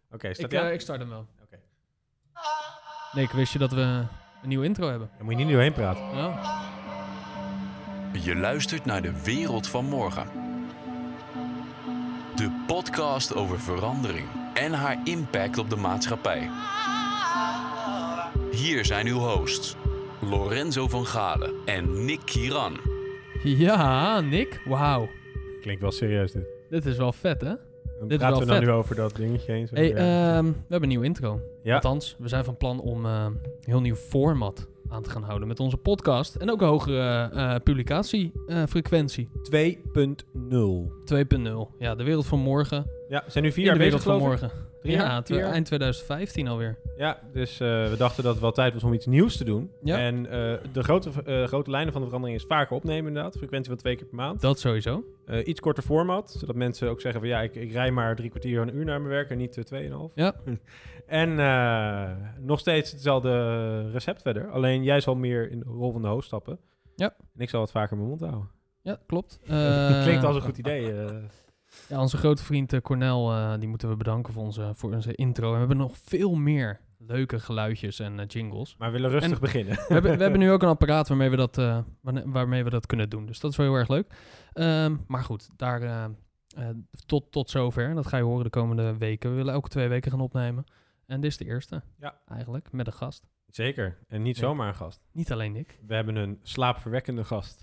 Oké, staat hij aan? Ik start hem wel. Oké. Nick, wist je dat we een nieuwe intro hebben? Dan moet je niet doorheen praten. Ja. Je luistert naar de wereld van morgen. De podcast over verandering en haar impact op de maatschappij. Hier zijn uw hosts, Lorenzo van Galen en Nick Kieran. Ja, Nick. Wauw. Klinkt wel serieus dit. Dit is wel vet, hè? Dan Dit is praten wel we dan vet. nu over dat dingetje heen. Zo. Hey, Ja. we hebben een nieuwe intro. Ja. Althans, we zijn van plan om een heel nieuw format aan te gaan houden met onze podcast. En ook een hogere publicatiefrequentie. 2.0. 2.0. Ja, de wereld van morgen. Ja, we zijn nu 4 In jaar de wereld bezig, van geloof ik. morgen. 3 jaar? Ja, 4 jaar? eind 2015 alweer. Ja, dus we dachten dat het wel tijd was om iets nieuws te doen. Ja. En de grote lijnen van de verandering is vaker opnemen inderdaad. Frequentie van 2 keer per maand. Dat sowieso. Iets korter format, zodat mensen ook zeggen van ja, ik rij maar 3 kwartier een uur naar mijn werk en niet 2,5. Ja. En nog steeds hetzelfde recept verder. Alleen jij zal meer in de rol van de host stappen. Ja. En ik zal wat vaker mijn mond houden. Ja, klopt. Klinkt als een goed idee. Ja, onze grote vriend Cornel, die moeten we bedanken voor onze intro. En we hebben nog veel meer leuke geluidjes en jingles. Maar we willen rustig En- beginnen. We hebben nu ook een apparaat waarmee we dat kunnen doen. Dus dat is wel heel erg leuk. Maar goed, daar tot zover. Dat ga je horen de komende weken. We willen elke 2 weken gaan opnemen. En dit is de eerste. Ja. Eigenlijk, met een gast. Zeker. En niet Ja. zomaar een gast. Niet alleen ik. We hebben een slaapverwekkende gast.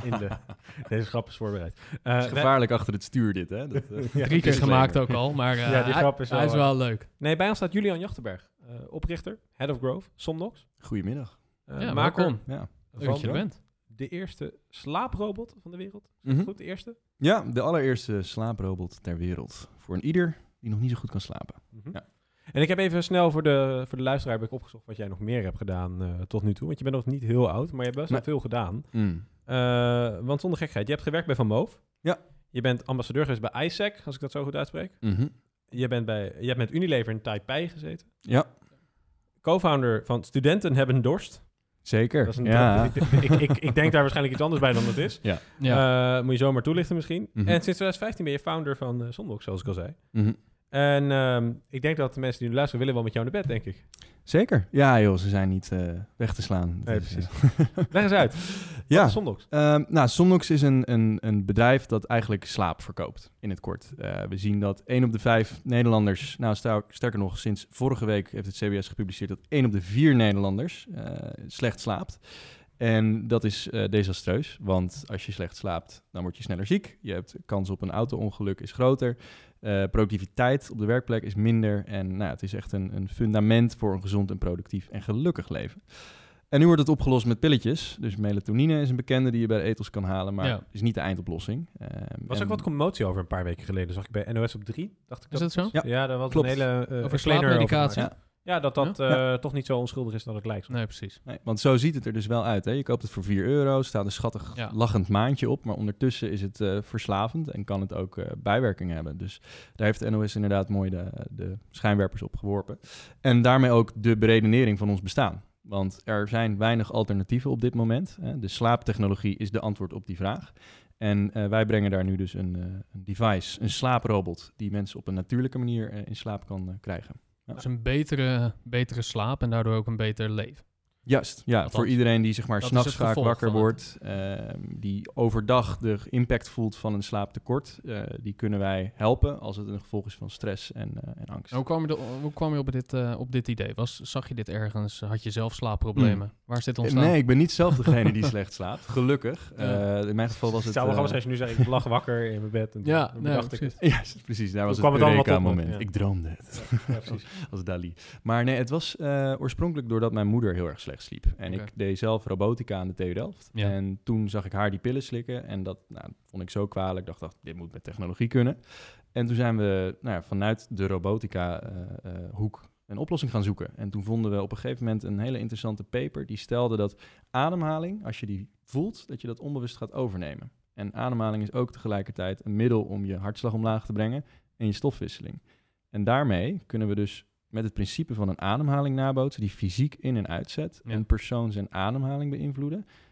Deze grap is voorbereid. Het is gevaarlijk achter het stuur dit, hè? Dat, Ja, 3 keer disclaimer. gemaakt ook al. Maar Ja, die grap is hij wel, is wel leuk. Nee, bij ons staat Julian Jachtenberg. Oprichter, Head of Growth, Somnox. Goedemiddag. Ja, maker welkom. Ja. Leuk dat je er van bent. de eerste slaaprobot van de wereld. Is dat Mhm. goed, de eerste? Ja, de allereerste slaaprobot ter wereld. Voor een ieder die nog niet zo goed kan slapen. Mhm. Ja. En ik heb even snel voor de luisteraar heb ik opgezocht wat jij nog meer hebt gedaan tot nu toe. Want je bent nog niet heel oud, maar je hebt best wel Nee. veel gedaan. Mm. Want zonder gekheid, je hebt gewerkt bij Van Moof. Ja. Je bent ambassadeur geweest bij ISEC, als ik dat zo goed uitspreek. Mhm. Je hebt met Unilever in Taipei gezeten. Ja, Co-founder van Studenten hebben dorst. zeker. Dat is een ja. ik denk daar waarschijnlijk iets anders bij dan het is. Ja. Moet je zomaar toelichten misschien. Mhm. En sinds 2015 ben je founder van Somnox, zoals ik al zei. Mhm. En ik denk dat de mensen die nu luisteren willen wel met jou naar bed, denk ik. Zeker. Ja, joh, ze zijn niet weg te slaan. Nee, Dus, precies. Leg eens uit. Ja. Wat is Somnox? Nou, Somnox is een bedrijf dat eigenlijk slaap verkoopt, in het kort. We zien dat 1 op de 5 Nederlanders, nou sterker nog, sinds vorige week heeft het CBS gepubliceerd dat 1 op de 4 Nederlanders slecht slaapt. En dat is desastreus, want als je slecht slaapt, dan word je sneller ziek. Je hebt kans op een auto-ongeluk is groter. Productiviteit op de werkplek is minder. En nou, het is echt een fundament voor een gezond en productief en gelukkig leven. En nu wordt het opgelost met pilletjes. Dus melatonine is een bekende die je bij de etels kan halen, maar Ja. is niet de eindoplossing. Was ook wat commotie over een paar weken geleden. Zag ik bij NOS op 3. Dacht ik Is dat zo? was. Ja, daar was Klopt. een hele Over explainer slaapmedicatie? over gemaakt. Ja, dat toch niet zo onschuldig is dan het lijkt. Nee, precies. Nee, want zo ziet het er dus wel uit. Hè? Je koopt het voor €4, staat een schattig Ja. lachend maandje op, maar ondertussen is het verslavend en kan het ook bijwerkingen hebben. Dus daar heeft de NOS inderdaad mooi de schijnwerpers op geworpen. En daarmee ook de beredenering van ons bestaan. Want er zijn weinig alternatieven op dit moment. Hè? De slaaptechnologie is de antwoord op die vraag. En wij brengen daar nu dus een device, een slaaprobot, die mensen op een natuurlijke manier in slaap kan krijgen. Ja. Dus een betere slaap en daardoor ook een beter leven. Juist, ja. Althans, Voor iedereen die zeg maar dat 's nachts is het vaak gevolg wakker van wordt, die overdag de impact voelt van een slaaptekort, die kunnen wij helpen als het een gevolg is van stress en angst. Hoe kwam je op dit idee? Zag je dit ergens? Had je zelf slaapproblemen? Waar is dit ontstaan? Nee, ik ben niet zelf degene die slecht slaapt, gelukkig. Ja. In mijn geval was Het het... zou wel grappig zijn als je nu zegt, ik lag wakker in mijn bed. En Ja, toen nee, dacht ik precies. het. Ja, precies. Daar was Toen het kwam het allemaal tot me, Eureka-moment. ja. Ik droomde het. Ja, precies. Als Dali. Maar nee, het was oorspronkelijk doordat mijn moeder heel erg slecht sliep. En Oké. ik deed zelf robotica aan de TU Delft. Ja. En toen zag ik haar die pillen slikken. En dat vond ik zo kwalijk. Ik dacht, dit moet met technologie kunnen. En toen zijn we vanuit de robotica hoek een oplossing gaan zoeken. En toen vonden we op een gegeven moment een hele interessante paper. Die stelde dat ademhaling, als je die voelt, dat je dat onbewust gaat overnemen. En ademhaling is ook tegelijkertijd een middel om je hartslag omlaag te brengen en je stofwisseling. En daarmee kunnen we dus met het principe van een ademhaling nabootsen die fysiek in- en uitzet, Ja. een persoon zijn ademhaling beïnvloeden.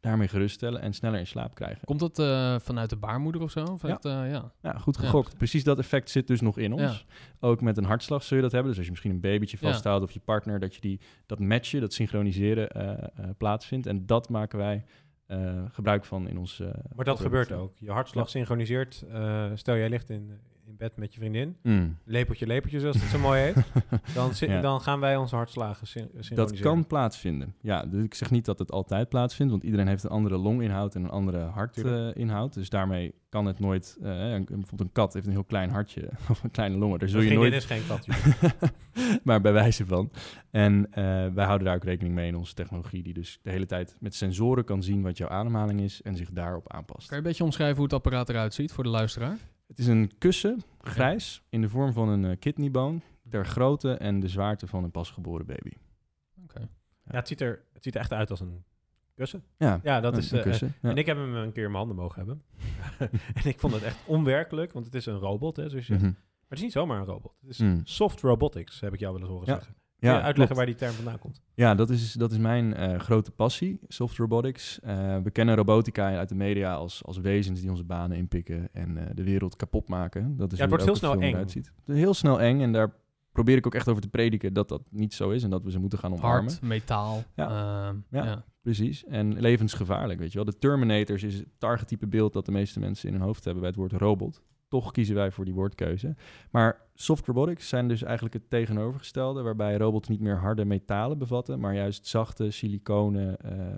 daarmee geruststellen en sneller in slaap krijgen. Komt dat vanuit de baarmoeder of zo? Of Ja. echt, ja. Ja, goed gegokt. Precies dat effect zit dus nog in ons. Ja. Ook met een hartslag zul je dat hebben. Dus als je misschien een babytje Ja. vasthoudt of je partner, dat je dat matchen, dat synchroniseren plaatsvindt. En dat maken wij gebruik van in ons... Maar dat product. gebeurt ook. Je hartslag synchroniseert. Stel, jij ligt in bed met je vriendin. Mm. Lepeltje, zoals het zo mooi heet. Ja. Dan gaan wij onze hartslagen synchroniseren. Dat kan plaatsvinden. Ja, dus ik zeg niet dat het altijd plaatsvindt, want iedereen heeft een andere longinhoud en een andere hartinhoud. Dus daarmee kan het nooit... bijvoorbeeld een kat heeft een heel klein hartje of een kleine longen. Daar zul je nooit... is geen kat, joh. maar bij wijze van. En wij houden daar ook rekening mee in onze technologie, die dus de hele tijd met sensoren kan zien wat jouw ademhaling is en zich daarop aanpast. Kan je een beetje omschrijven hoe het apparaat eruit ziet voor de luisteraar? Het is een kussen, grijs, in de vorm van een kidneybone, ter grootte en de zwaarte van een pasgeboren baby. Oké. Ja, het ziet er echt uit als een kussen. Ja, Ja, dat een is... kussen. Ja. En ik heb hem een keer in mijn handen mogen hebben. En ik vond het echt onwerkelijk, want het is een robot, hè, zoals je Mhm. Maar het is niet zomaar een robot. Het is Mm. soft robotics, heb ik jou wel eens horen Ja. zeggen. Kun je uitleggen klopt. waar die term vandaan komt? Ja, dat is mijn grote passie, soft robotics. We kennen robotica uit de media als wezens die onze banen inpikken en de wereld kapot maken. Dat is Ja, het wordt hoe heel elke snel film eng. eruit ziet. Het is heel snel eng en daar probeer ik ook echt over te prediken dat dat niet zo is en dat we ze moeten gaan omarmen. Hard, metaal. Ja. Ja. Ja. Precies, en levensgevaarlijk, weet je wel. De Terminators is het targettype beeld dat de meeste mensen in hun hoofd hebben bij het woord robot. Toch kiezen wij voor die woordkeuze. Maar soft robotics zijn dus eigenlijk het tegenovergestelde, waarbij robots niet meer harde metalen bevatten, maar juist zachte, siliconen,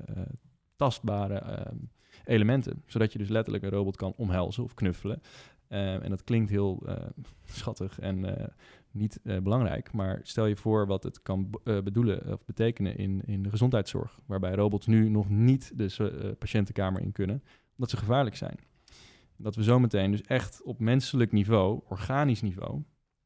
tastbare elementen. Zodat je dus letterlijk een robot kan omhelzen of knuffelen. En dat klinkt heel schattig en niet belangrijk. Maar stel je voor wat het kan bedoelen of betekenen in de gezondheidszorg. Waarbij robots nu nog niet de patiëntenkamer in kunnen, omdat ze gevaarlijk zijn. Dat we zometeen dus echt op menselijk niveau, organisch niveau,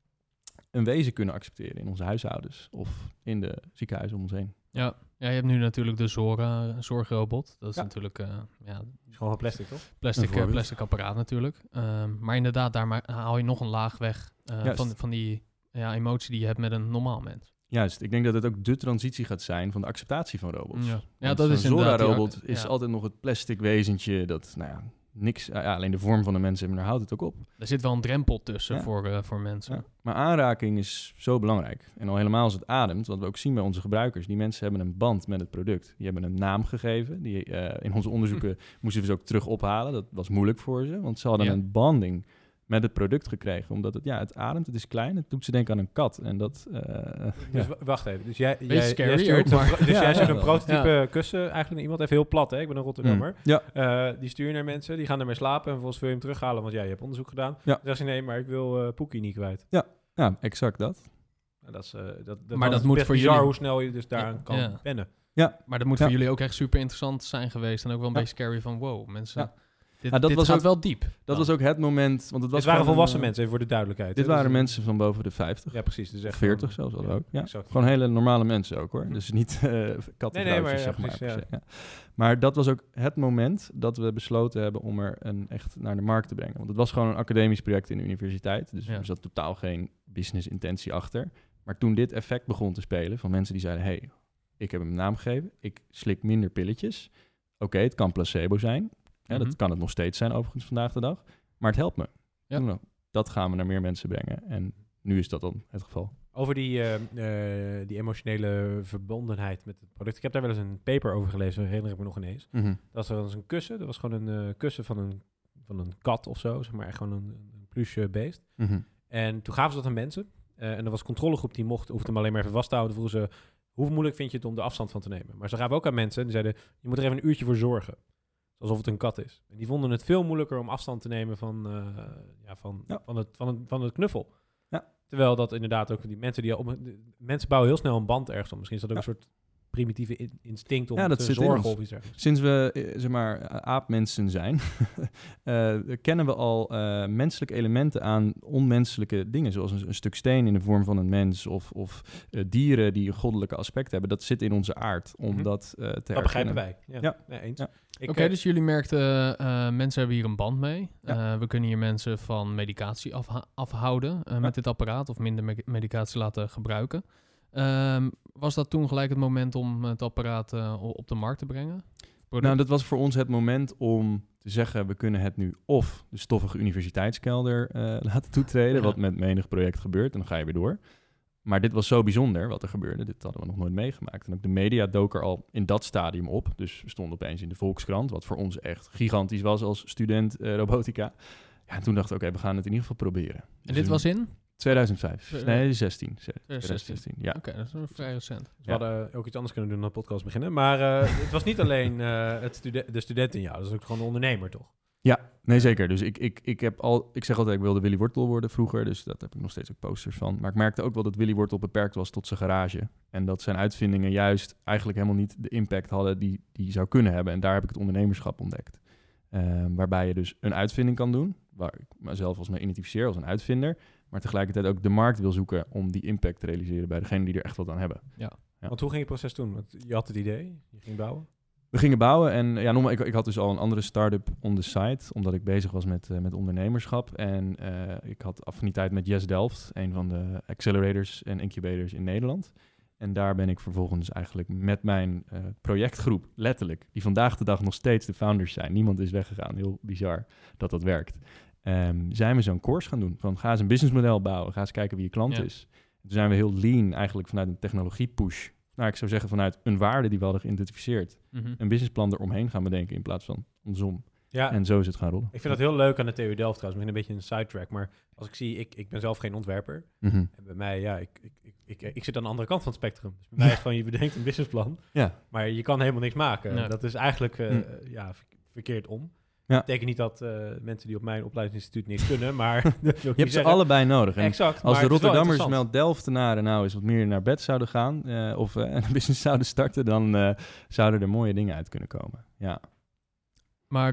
een wezen kunnen accepteren in onze huishoudens of in de ziekenhuizen om ons heen. Ja, je hebt nu natuurlijk de zorgrobot. Dat is Ja. natuurlijk is gewoon van plastic, toch? Een voorbeeld. plastic apparaat natuurlijk. Maar inderdaad, daar haal je nog een laag weg Juist. van die emotie die je hebt met een normaal mens. Juist, ik denk dat het ook de transitie gaat zijn van de acceptatie van robots. Ja, Want dat is zo'n inderdaad... Zora-robot die- is ja. altijd nog het plastic wezentje dat, niks, alleen de vorm van de mensen, maar daar houdt het ook op. Er zit wel een drempel tussen Ja. voor mensen. Ja. Maar aanraking is zo belangrijk. En al helemaal als het ademt, wat we ook zien bij onze gebruikers. Die mensen hebben een band met het product. Die hebben een naam gegeven. In onze onderzoeken moesten we ze ook terug ophalen. Dat was moeilijk voor ze, want ze hadden Ja. een banding met het product gekregen. Omdat het ademt, het is klein. Het doet ze denken aan een kat. En dat... Dus wacht even. Dus jij scary stuurt ook, maar- dus Ja, jij stuurt een wel. prototype kussen eigenlijk naar iemand. Even heel plat, hè? Ik ben een Rotterdammer. Ja. Die stuur je naar mensen, die gaan ermee slapen. En vervolgens wil je hem terughalen, want je hebt onderzoek gedaan. Ja. Dan zeg je, nee, maar ik wil Poekie niet kwijt. Ja, exact dat. Nou, dat is, Maar dat is moet best voor bizar jullie- hoe snel je dus daaraan kan Ja. wennen. Maar dat moet Ja. voor jullie ook echt super interessant zijn geweest. En ook wel een Ja. beetje scary van wow, mensen... Ja. Dit, Ja, dat dit was gaat ook- wel diep. Dat was ook het moment... Want het was Dit waren gewoon volwassen een, mensen, even voor de duidelijkheid. Dit hè. waren Dus- mensen van boven de 50. Ja, precies. Dus echt 40 gewoon- zelfs al ook. Ja. exact. Gewoon hele normale mensen ook hoor. Dus niet kattenvrouwtjes, Nee, maar ja, zeg maar. precies, per ja. se, ja. Maar dat was ook het moment dat we besloten hebben om er echt naar de markt te brengen. Want het was gewoon een academisch project in de universiteit. Dus Ja. er zat totaal geen business intentie achter. Maar toen dit effect begon te spelen van mensen die zeiden... hey, ik heb hem een naam gegeven. Ik slik minder pilletjes. Oké, het kan placebo zijn. Ja, Mhm. dat kan het nog steeds zijn overigens vandaag de dag. Maar het helpt me. Ja. Nou, dat gaan we naar meer mensen brengen. En nu is dat dan het geval. Over die emotionele verbondenheid met het product. Ik heb daar wel eens een paper over gelezen, herinner ik me nog ineens. Dat was er eens een kussen. Dat was gewoon een kussen van een kat of zo. Zeg maar echt gewoon een pluche beest. En toen gaven ze dat aan mensen. En er was een controlegroep die hoefde hem alleen maar even vast te houden. Vroegen ze, hoe moeilijk vind je het om er afstand van te nemen? Maar ze gaven ook aan mensen en die zeiden, je moet er even een uurtje voor zorgen. Alsof het een kat is. En die vonden het veel moeilijker om afstand te nemen van het knuffel. Ja. Terwijl dat inderdaad ook die mensen mensen bouwen heel snel een band ergens om. Misschien is dat ook een soort primitieve instinct om Ja, dat te zit in zorgen ons. of iets dergelijks. Sinds we, aapmensen zijn, kennen we al menselijke elementen aan onmenselijke dingen. Zoals een stuk steen in de vorm van een mens of dieren die een goddelijke aspect hebben. Dat zit in onze aard om Mhm. dat te Dat herkennen. begrijpen wij. Ja, Ja. Nee, eens. Ja. Oké, dus jullie merkten, mensen hebben hier een band mee. Ja. We kunnen hier mensen van medicatie afhouden met dit apparaat of minder medicatie laten gebruiken. Was dat toen gelijk het moment om het apparaat op de markt te brengen? product? Nou, dat was voor ons het moment om te zeggen, we kunnen het nu of de stoffige universiteitskelder laten toetreden, Ja. wat met menig project gebeurt, en dan ga je weer door. Maar dit was zo bijzonder wat er gebeurde. Dit hadden we nog nooit meegemaakt. En ook de media dook er al in dat stadium op. Dus we stonden opeens in de Volkskrant, wat voor ons echt gigantisch was als student robotica. Ja, en toen dachten we, oké, we gaan het in ieder geval proberen. En dit was in? 2005. Nee, 16. 2016, ja. Oké, dat is nog vrij recent. Dus we hadden ook iets anders kunnen doen dan de podcast beginnen. Maar het was niet alleen de student in jou. Dat is ook gewoon de ondernemer, toch? Ja, nee zeker. Dus ik zeg altijd, ik wilde Willy Wortel worden vroeger. Dus dat heb ik nog steeds ook posters van. Maar ik merkte ook wel dat Willy Wortel beperkt was tot zijn garage. En dat zijn uitvindingen juist eigenlijk helemaal niet de impact hadden die zou kunnen hebben. En daar heb ik het ondernemerschap ontdekt. Waarbij je dus een uitvinding kan doen, waar ik mezelf als mee identificeer als een uitvinder, maar tegelijkertijd ook de markt wil zoeken om die impact te realiseren bij degenen die er echt wat aan hebben. Ja. Want hoe ging het proces toen? Want je had het idee, je ging bouwen. We gingen bouwen en ja, nogmaals, ik had dus al een andere start-up on the side, omdat ik bezig was met ondernemerschap. En ik had affiniteit met Yes Delft, een van de accelerators en incubators in Nederland. En daar ben ik vervolgens eigenlijk met mijn projectgroep, letterlijk, die vandaag de dag nog steeds de founders zijn. Niemand is weggegaan, heel bizar dat werkt. Zijn we zo'n course gaan doen van ga eens een businessmodel bouwen, ga eens kijken wie je klant is. Toen zijn we heel lean eigenlijk vanuit een technologie push. Nou, ik zou zeggen vanuit een waarde die we hadden geïdentificeerd. Mhm. Een businessplan eromheen gaan bedenken in plaats van andersom. Ja, En zo is het gaan rollen. ik vind dat heel leuk aan de TU Delft trouwens. Misschien een beetje een sidetrack. Maar als ik zie, ik ben zelf geen ontwerper. Mhm. En bij mij, ja, ik zit aan de andere kant van het spectrum. Dus bij mij is het van, je bedenkt een businessplan. Ja. Maar je kan helemaal niks maken. Nee. Dat is eigenlijk verkeerd om. Ja. Dat betekent niet dat mensen die op mijn opleidingsinstituut niks kunnen, maar dat wil ik Je niet hebt ze zeggen. allebei nodig. En Exact. als maar de het is wel Rotterdammers interessant. met Delftenaren nou eens wat meer naar bed zouden gaan of een business zouden starten, dan zouden er mooie dingen uit kunnen komen. Ja. Maar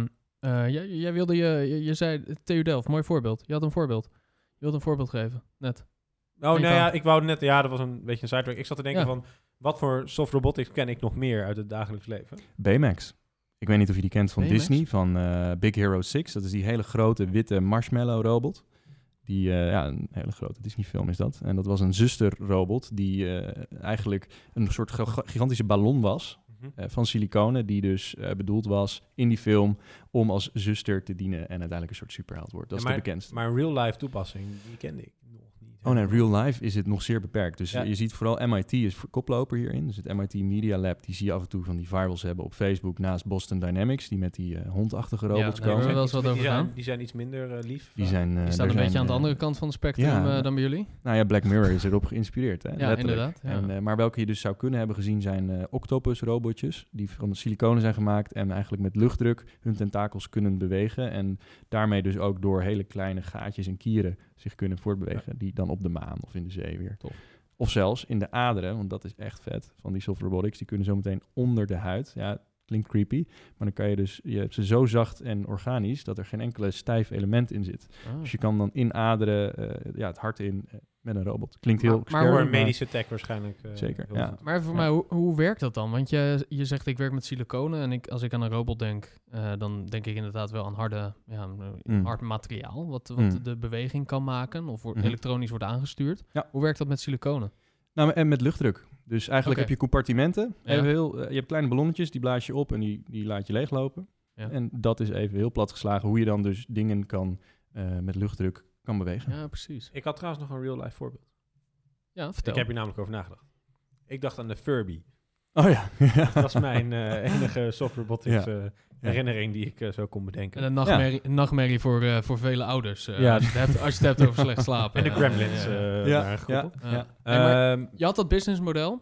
jij wilde je zei TU Delft, mooi voorbeeld. Je had een voorbeeld. Je wilde een voorbeeld geven, net. Nou ja, ik wou net, dat was een beetje een sidetrack. Ik zat te denken Ja. van, wat voor soft robotics ken ik nog meer uit het dagelijks leven? Baymax. Ik weet niet of je die kent van Baymax? Disney, van Big Hero 6. Dat is die hele grote witte marshmallow robot. Die, een hele grote Disney-film is dat. En dat was een zusterrobot die eigenlijk een soort gigantische ballon was. Van siliconen, die dus bedoeld was in die film om als zuster te dienen en uiteindelijk een soort superheld wordt. Dat is de bekendste. Maar een real-life toepassing, die kende ik nog niet. Oh nee, real life is het nog zeer beperkt. Dus Ja. je ziet vooral MIT is koploper hierin. Dus het MIT Media Lab, die zie je af en toe van die virals hebben op Facebook naast Boston Dynamics, die met die hondachtige robots daar komen. hebben we wel eens wat over gedaan. Die zijn iets minder lief. Die zijn, Die er staat een zijn, beetje aan de andere kant van het spectrum ja, dan bij jullie. Nou ja, Black Mirror is erop geïnspireerd. Hè? Ja, letterlijk. inderdaad, ja. En, maar welke je dus zou kunnen hebben gezien zijn octopus-robotjes, die van siliconen zijn gemaakt en eigenlijk met luchtdruk hun tentakels kunnen bewegen. En daarmee dus ook door hele kleine gaatjes en kieren zich kunnen voortbewegen, die dan op de maan of in de zee weer. Top. Of zelfs in de aderen, want dat is echt vet, van die soft robotics. Die kunnen zo meteen onder de huid. Ja, klinkt creepy, maar dan kan je dus, je hebt ze zo zacht en organisch dat er geen enkele stijf element in zit. Oh. Dus je kan dan inaderen, het hart in met een robot. Klinkt heel Maar Voor scary, een medische tech waarschijnlijk. Zeker, heel ja. goed. Maar even voor mij, hoe werkt dat dan? Want je zegt, ik werk met siliconen en als ik aan een robot denk, dan denk ik inderdaad wel aan hard materiaal, wat de beweging kan maken of elektronisch wordt aangestuurd. Ja. Hoe werkt dat met siliconen? Nou, en met luchtdruk. Dus eigenlijk Oké. heb je compartimenten. Ja. Je hebt kleine ballonnetjes, die blaas je op en die laat je leeglopen. Ja. En dat is even heel plat geslagen hoe je dan dus dingen kan met luchtdruk kan bewegen. Ja, precies. Ik had trouwens nog een real-life voorbeeld. Ja, vertel. Ik heb hier namelijk over nagedacht. Ik dacht aan de Furby. Oh ja. Dat was mijn enige soft robotics herinnering die ik zo kon bedenken. En een nachtmerrie voor vele ouders. Ja. Als je het hebt over slecht slapen. En de Gremlins waren gekoppeld. Nee, maar je had dat businessmodel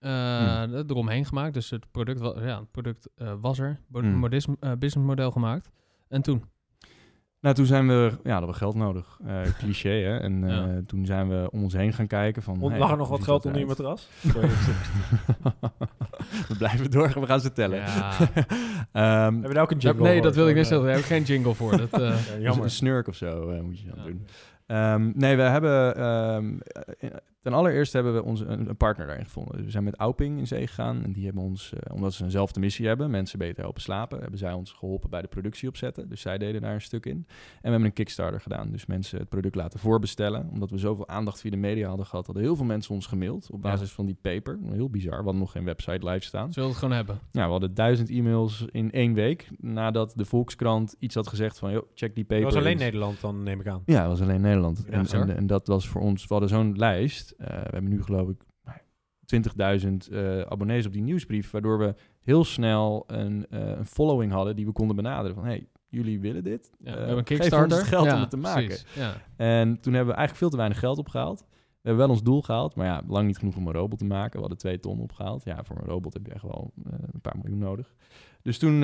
eromheen gemaakt. Dus het product was er. Businessmodel gemaakt. En toen? Nou, toen zijn hadden we geld nodig. Cliché, hè. En toen zijn we om ons heen gaan kijken van... Lag er nog wat geld onder je met matras? We blijven doorgaan, we gaan ze tellen. Ja. Hebben we daar ook een jingle Nee, voor? dat wil ik niet zeggen. Daar heb ik geen jingle voor. Dat, Jammer. Een snurk of zo moet je dan doen. Nee, we hebben... ten allereerste hebben we een partner daarin gevonden. Dus we zijn met Auping in zee gegaan. En die hebben ons, omdat ze eenzelfde missie hebben, mensen beter helpen slapen, hebben zij ons geholpen bij de productie opzetten. Dus zij deden daar een stuk in. En we hebben een Kickstarter gedaan. Dus mensen het product laten voorbestellen. Omdat we zoveel aandacht via de media hadden gehad, hadden heel veel mensen ons gemaild op basis van die paper. Heel bizar. We hadden nog geen website live staan. Zullen we het gewoon hebben? Ja, we hadden 1000 e-mails in 1 week nadat de Volkskrant iets had gezegd van, joh, check die paper. Dat was alleen Nederland dan, neem ik aan. Ja, dat was alleen Nederland. Ja, en dat was voor ons, we hadden zo'n lijst. We hebben nu geloof ik 20.000 abonnees op die nieuwsbrief, waardoor we heel snel een following hadden die we konden benaderen. Van, hey, jullie willen dit? Ja, we hebben een Kickstarter. Geef ons het geld om het te maken. Precies, ja. En toen hebben we eigenlijk veel te weinig geld opgehaald. We hebben wel ons doel gehaald, maar ja, lang niet genoeg om een robot te maken. We hadden 2 ton opgehaald. Ja, voor een robot heb je echt wel een paar miljoen nodig. Dus toen,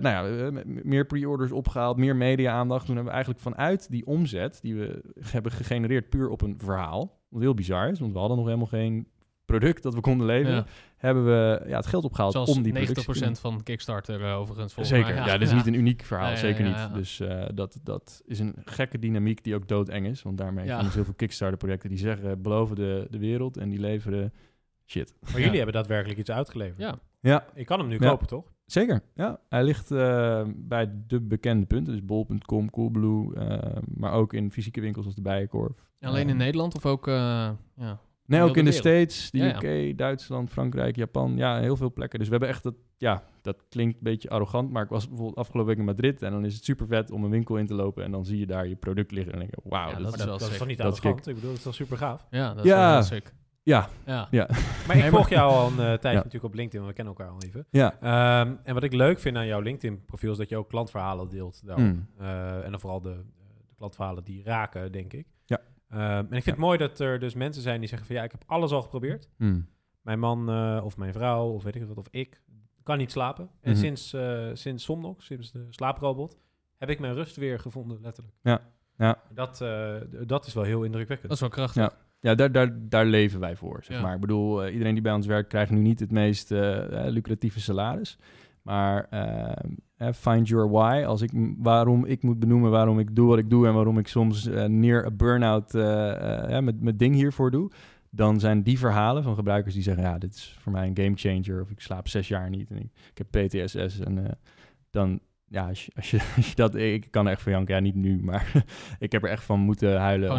meer pre-orders opgehaald, meer media-aandacht. Toen hebben we eigenlijk vanuit die omzet die we hebben gegenereerd puur op een verhaal, wat heel bizar is, want we hadden nog helemaal geen product dat we konden leveren, hebben we het geld opgehaald om die productie. 90% van Kickstarter overigens. Zeker, mij. Ja, dit is niet een uniek verhaal, zeker niet. Ja. Dus dat is een gekke dynamiek die ook doodeng is, want daarmee zijn dus heel veel Kickstarter-projecten die zeggen, beloven de wereld en die leveren shit. Maar jullie hebben daadwerkelijk iets uitgeleverd. Ja. Ik kan hem nu kopen, toch? Zeker, ja. Hij ligt bij de bekende punten, dus bol.com, Coolblue, maar ook in fysieke winkels als de Bijenkorf. Alleen in Nederland of ook... Nee, ook in de wereld. States, de UK, Duitsland, Frankrijk, Japan. Ja, heel veel plekken. Dus we hebben echt dat klinkt een beetje arrogant, maar ik was bijvoorbeeld afgelopen week in Madrid en dan is het super vet om een winkel in te lopen en dan zie je daar je product liggen en dan denk je, wauw. Dat is toch niet arrogant? Ik bedoel, dat is toch super gaaf? Ja, dat is wel heel sick. Ja. Maar ik volg jou al een tijdje natuurlijk op LinkedIn, want we kennen elkaar al even. Ja. En wat ik leuk vind aan jouw LinkedIn-profiel is dat je ook klantverhalen deelt daarop. En dan vooral de klantverhalen die raken, denk ik. Ja. En ik vind het mooi dat er dus mensen zijn die zeggen van, ja, ik heb alles al geprobeerd. Mijn man of mijn vrouw of weet ik wat, of ik kan niet slapen. En sinds Somnox, sinds de slaaprobot, heb ik mijn rust weer gevonden, letterlijk. Ja. Dat is wel heel indrukwekkend. Dat is wel krachtig. Ja, daar leven wij voor, zeg maar. Ik bedoel, iedereen die bij ons werkt krijgt nu niet het meest lucratieve salaris. Maar find your why. Waarom ik moet benoemen waarom ik doe wat ik doe en waarom ik soms near a burn-out met ding hiervoor doe, dan zijn die verhalen van gebruikers die zeggen, ja, dit is voor mij een game changer, of ik slaap 6 jaar niet en ik heb PTSS en dan... Ja, als je dat... Ik kan er echt van janken. Ja, niet nu, maar ik heb er echt van moeten huilen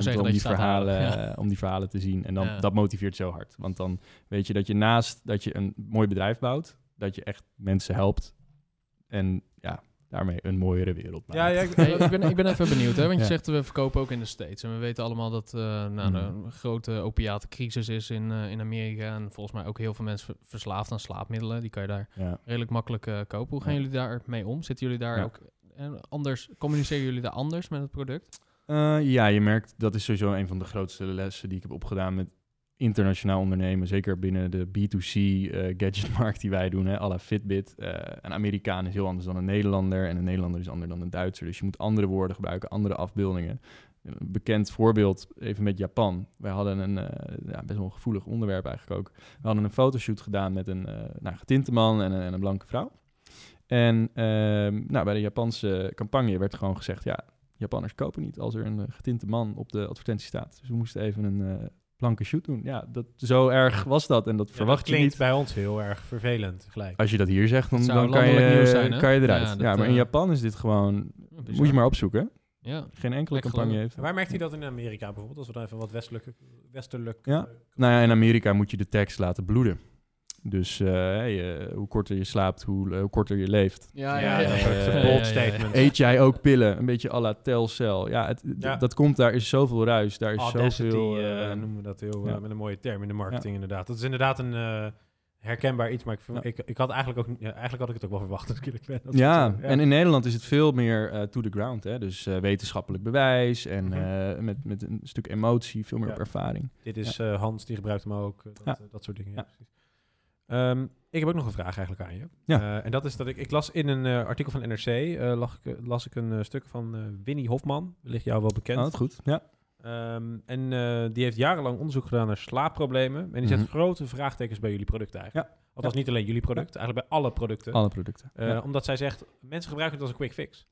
om die verhalen te zien. En dan dat motiveert zo hard. Want dan weet je dat je naast dat je een mooi bedrijf bouwt, dat je echt mensen helpt en daarmee een mooiere wereld maakt. Ik ben even benieuwd, hè? Want je zegt, we verkopen ook in de States. En we weten allemaal dat er een grote opiatencrisis is in Amerika. En volgens mij ook heel veel mensen verslaafd aan slaapmiddelen. Die kan je daar redelijk makkelijk kopen. Hoe gaan jullie daar mee om? Zitten jullie daar ook anders? Communiceren jullie daar anders met het product? Je merkt, dat is sowieso een van de grootste lessen die ik heb opgedaan met internationaal ondernemen, zeker binnen de B2C gadgetmarkt die wij doen, à la Fitbit. Een Amerikaan is heel anders dan een Nederlander en een Nederlander is anders dan een Duitser. Dus je moet andere woorden gebruiken, andere afbeeldingen. Een bekend voorbeeld, even met Japan. Wij hadden een best wel een gevoelig onderwerp eigenlijk ook. We hadden een fotoshoot gedaan met een getinte man en een blanke vrouw. En bij de Japanse campagne werd gewoon gezegd, ja, Japanners kopen niet als er een getinte man op de advertentie staat. Dus we moesten even een blanke shoot doen. Ja, zo erg was dat. En dat verwacht je niet. Klinkt bij ons heel erg vervelend gelijk. Als je dat hier zegt, dan kan je eruit. Maar in Japan is dit gewoon... Moet je maar opzoeken. Ja. Geen enkele campagne heeft. Waar merkt hij dat in Amerika bijvoorbeeld? Als we dan even wat westelijk... In Amerika moet je de tekst laten bloeden. Dus hoe korter je slaapt, hoe korter je leeft. Bold statement. Eet jij ook pillen? Een beetje à la Telcel. Dat komt, daar is zoveel ruis. Daar is zoveel... noemen we dat heel met een mooie term in de marketing inderdaad. Dat is inderdaad een herkenbaar iets, maar ik had eigenlijk ook... eigenlijk had ik het ook wel verwacht als ik eerlijk ben. En in Nederland is het veel meer to the ground. Hè? Dus wetenschappelijk bewijs en met een stuk emotie, veel meer op ervaring. Dit is Hans, die gebruikt hem ook. Dat soort dingen. Ja, precies. Ik heb ook nog een vraag eigenlijk aan je. En dat is dat ik las in een artikel van NRC... las ik een stuk van Winnie Hofman. Wellicht jou wel bekend. Dat goed, ja. Die heeft jarenlang onderzoek gedaan naar slaapproblemen. En die zet grote vraagtekens bij jullie producten eigenlijk. Althans, niet alleen jullie product, eigenlijk bij alle producten. Alle producten. Omdat zij zegt, mensen gebruiken het als een quick fix. Ja.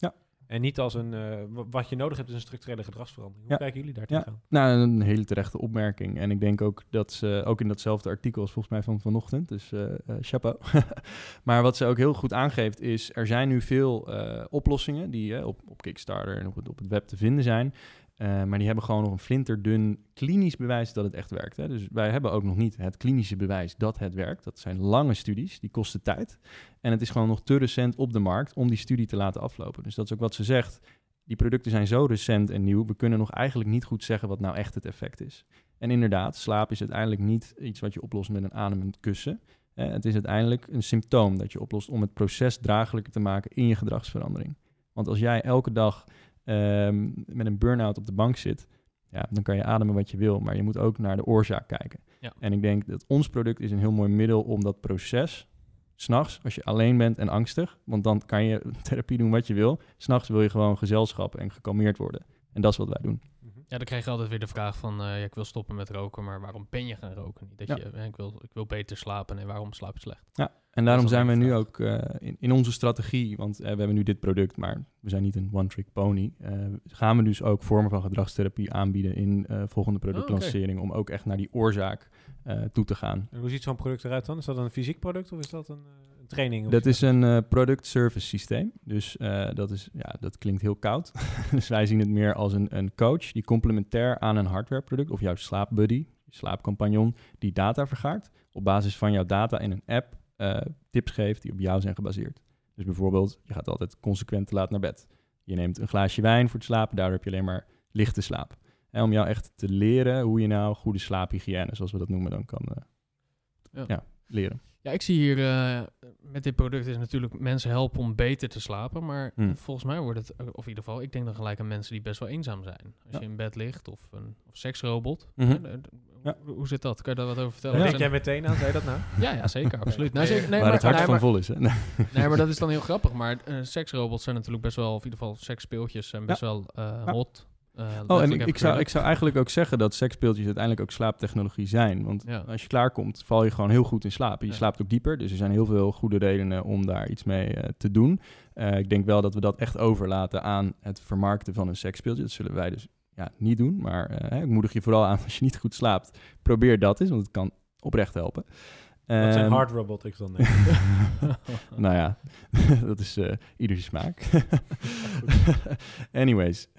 En niet als wat je nodig hebt is een structurele gedragsverandering. Hoe kijken jullie daar tegenaan? Nou, een hele terechte opmerking. En ik denk ook dat ze, ook in datzelfde artikel als volgens mij van vanochtend, dus chapeau. Maar wat ze ook heel goed aangeeft is, er zijn nu veel oplossingen die op Kickstarter en op het web te vinden zijn. Maar die hebben gewoon nog een flinterdun klinisch bewijs dat het echt werkt. Hè? Dus wij hebben ook nog niet het klinische bewijs dat het werkt. Dat zijn lange studies, die kosten tijd. En het is gewoon nog te recent op de markt om die studie te laten aflopen. Dus dat is ook wat ze zegt. Die producten zijn zo recent en nieuw, we kunnen nog eigenlijk niet goed zeggen wat nou echt het effect is. En inderdaad, slaap is uiteindelijk niet iets wat je oplost met een ademend kussen. Het is uiteindelijk een symptoom dat je oplost om het proces draaglijker te maken in je gedragsverandering. Want als jij elke dag met een burn-out op de bank zit, dan kan je ademen wat je wil, maar je moet ook naar de oorzaak kijken. Ja. En ik denk dat ons product is een heel mooi middel om dat proces, 's nachts, als je alleen bent en angstig, want dan kan je therapie doen wat je wil. 's Nachts wil je gewoon gezelschap en gekalmeerd worden. En dat is wat wij doen. Ja, dan krijg je altijd weer de vraag van, ik wil stoppen met roken, maar waarom ben je gaan roken? Niet dat ik wil beter slapen en waarom slaap je slecht? Ja, en daarom zijn we nu ook in onze strategie, want we hebben nu dit product, maar we zijn niet een one-trick pony. Gaan we dus ook vormen van gedragstherapie aanbieden in volgende productlancering, om ook echt naar die oorzaak toe te gaan. En hoe ziet zo'n product eruit dan? Is dat een fysiek product of is dat een training? Dat is een product-service systeem. Dus dat klinkt heel koud. Dus wij zien het meer als een coach die complementair aan een hardwareproduct of jouw slaapbuddy, je slaapcompagnon, die data vergaart. Op basis van jouw data in een app tips geeft die op jou zijn gebaseerd. Dus bijvoorbeeld, je gaat altijd consequent te laat naar bed. Je neemt een glaasje wijn voor het slapen, daardoor heb je alleen maar lichte slaap. En om jou echt te leren hoe je nou goede slaaphygiëne, zoals we dat noemen, dan kan leren. Ja, ik zie hier met dit product is natuurlijk mensen helpen om beter te slapen. Maar volgens mij wordt het, of in ieder geval, ik denk dan gelijk aan mensen die best wel eenzaam zijn. Als je in bed ligt of een seksrobot. Hoe zit dat? Kan je daar wat over vertellen? Denk jij meteen aan? Zei je dat nou? Ja, zeker, absoluut. Waar het hart van vol is. Hè? Nee, maar dat is dan heel grappig. Maar seksrobots zijn natuurlijk best wel, of in ieder geval seksspeeltjes zijn best wel hot. En ik zou eigenlijk ook zeggen dat seksspeeltjes uiteindelijk ook slaaptechnologie zijn. Want als je klaarkomt, val je gewoon heel goed in slaap. Je slaapt ook dieper, dus er zijn heel veel goede redenen om daar iets mee te doen. Ik denk wel dat we dat echt overlaten aan het vermarkten van een seksspeeltje. Dat zullen wij dus niet doen, maar ik moedig je vooral aan als je niet goed slaapt. Probeer dat eens, want het kan oprecht helpen. Wat zijn hard robotics dan? Nou ja, dat is ieders smaak. Anyways,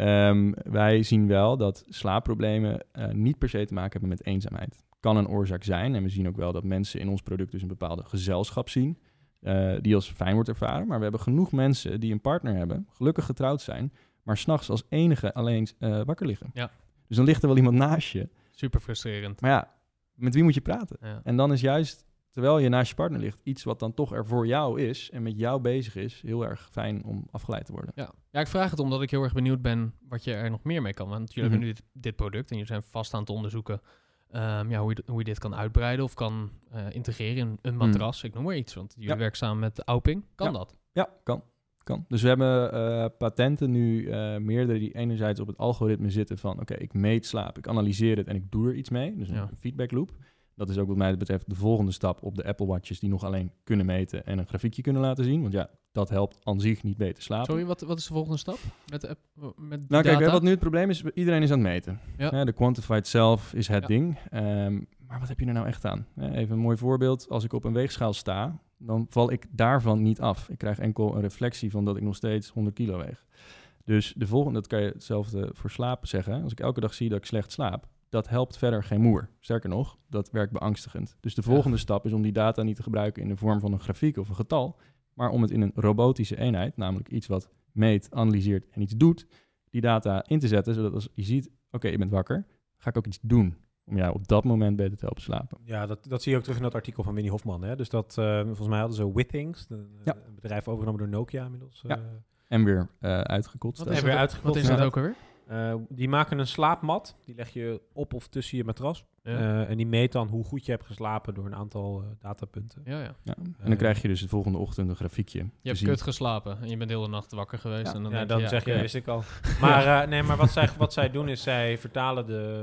wij zien wel dat slaapproblemen niet per se te maken hebben met eenzaamheid. Kan een oorzaak zijn. En we zien ook wel dat mensen in ons product dus een bepaalde gezelschap zien, die als fijn wordt ervaren. Maar we hebben genoeg mensen die een partner hebben, gelukkig getrouwd zijn, maar 's nachts als enige alleen wakker liggen. Ja. Dus dan ligt er wel iemand naast je. Super frustrerend. Maar ja, met wie moet je praten? Ja. En dan is juist, terwijl je naast je partner ligt, iets wat dan toch er voor jou is en met jou bezig is, heel erg fijn om afgeleid te worden. Ja, ik vraag het omdat ik heel erg benieuwd ben wat je er nog meer mee kan. Want jullie hebben nu dit product en jullie zijn vast aan het onderzoeken hoe je dit kan uitbreiden of kan integreren in een matras. Ik noem maar iets, want jullie werken samen met Auping. Kan dat? Ja, kan. Dus we hebben patenten nu, meerdere die enerzijds op het algoritme zitten van oké, ik meet slaap, ik analyseer het en ik doe er iets mee. Dus een feedback loop. Dat is ook wat mij betreft de volgende stap op de Apple Watches die nog alleen kunnen meten en een grafiekje kunnen laten zien. Want dat helpt aan zich niet beter slapen. Sorry, wat is de volgende stap met de app? Met nou kijk, wat nu het probleem is, iedereen is aan het meten. Ja. De quantified self is het ding. Maar wat heb je er nou echt aan? Even een mooi voorbeeld. Als ik op een weegschaal sta, dan val ik daarvan niet af. Ik krijg enkel een reflectie van dat ik nog steeds 100 kilo weeg. Dus de volgende, dat kan je hetzelfde voor slapen zeggen. Als ik elke dag zie dat ik slecht slaap, dat helpt verder geen moer. Sterker nog, dat werkt beangstigend. Dus de volgende stap is om die data niet te gebruiken in de vorm van een grafiek of een getal, maar om het in een robotische eenheid, namelijk iets wat meet, analyseert en iets doet, die data in te zetten, zodat als je ziet, oké, je bent wakker, ga ik ook iets doen om jou op dat moment beter te helpen slapen. Ja, dat zie je ook terug in dat artikel van Winnie Hofman. Hè? Dus dat, volgens mij hadden ze Withings, een bedrijf overgenomen door Nokia inmiddels. En weer uitgekotst. Wat is dat ook alweer? Die maken een slaapmat, die leg je op of tussen je matras. En die meet dan hoe goed je hebt geslapen door een aantal datapunten. Ja. En dan krijg je dus de volgende ochtend een grafiekje. Je hebt kut geslapen en je bent de hele nacht wakker geweest. En dan zeg je, wist ik al. Maar wat zij doen is, zij vertalen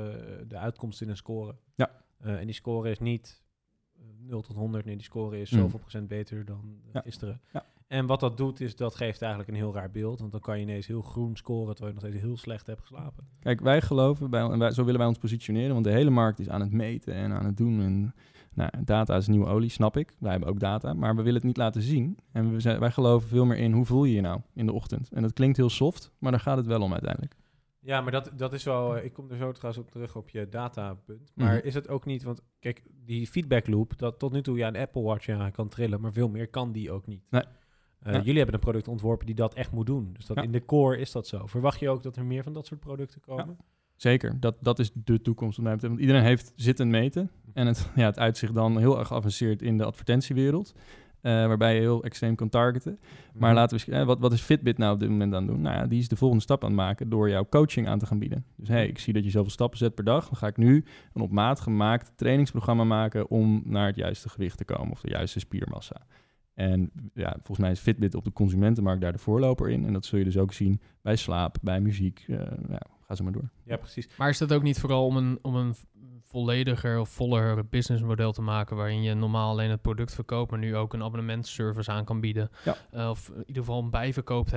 de uitkomst in een score. Ja. En die score is niet 0 tot 100, nee, die score is zoveel procent beter dan gisteren. Ja. En wat dat doet, is dat geeft eigenlijk een heel raar beeld. Want dan kan je ineens heel groen scoren, terwijl je nog steeds heel slecht hebt geslapen. Kijk, wij geloven, zo willen wij ons positioneren, want de hele markt is aan het meten en aan het doen. En, data is nieuwe olie, snap ik. Wij hebben ook data, maar we willen het niet laten zien. En wij geloven veel meer in, hoe voel je je nou in de ochtend? En dat klinkt heel soft, maar daar gaat het wel om uiteindelijk. Ja, maar dat is wel... ik kom er zo trouwens op terug op je datapunt. Maar is het ook niet... Want kijk, die feedback loop, dat tot nu toe een Apple Watch kan trillen, maar veel meer kan die ook niet. Nee. Jullie hebben een product ontworpen die dat echt moet doen. Dus dat in de core is dat zo. Verwacht je ook dat er meer van dat soort producten komen? Ja, zeker. Dat is de toekomst. Want iedereen zitten meten. En het uitzicht dan heel erg geavanceerd in de advertentiewereld. Waarbij je heel extreem kan targeten. Maar laten we wat is Fitbit nou op dit moment aan het doen? Nou ja, die is de volgende stap aan het maken door jouw coaching aan te gaan bieden. Dus ik zie dat je zoveel stappen zet per dag. Dan ga ik nu een op maat gemaakt trainingsprogramma maken om naar het juiste gewicht te komen of de juiste spiermassa. En volgens mij is Fitbit op de consumentenmarkt daar de voorloper in. En dat zul je dus ook zien bij slaap, bij muziek. Ga zo maar door. Ja, precies. Maar is dat ook niet vooral om een vollediger of voller businessmodel te maken, waarin je normaal alleen het product verkoopt, maar nu ook een abonnementsservice aan kan bieden? Ja. Of in ieder geval een bijverkoop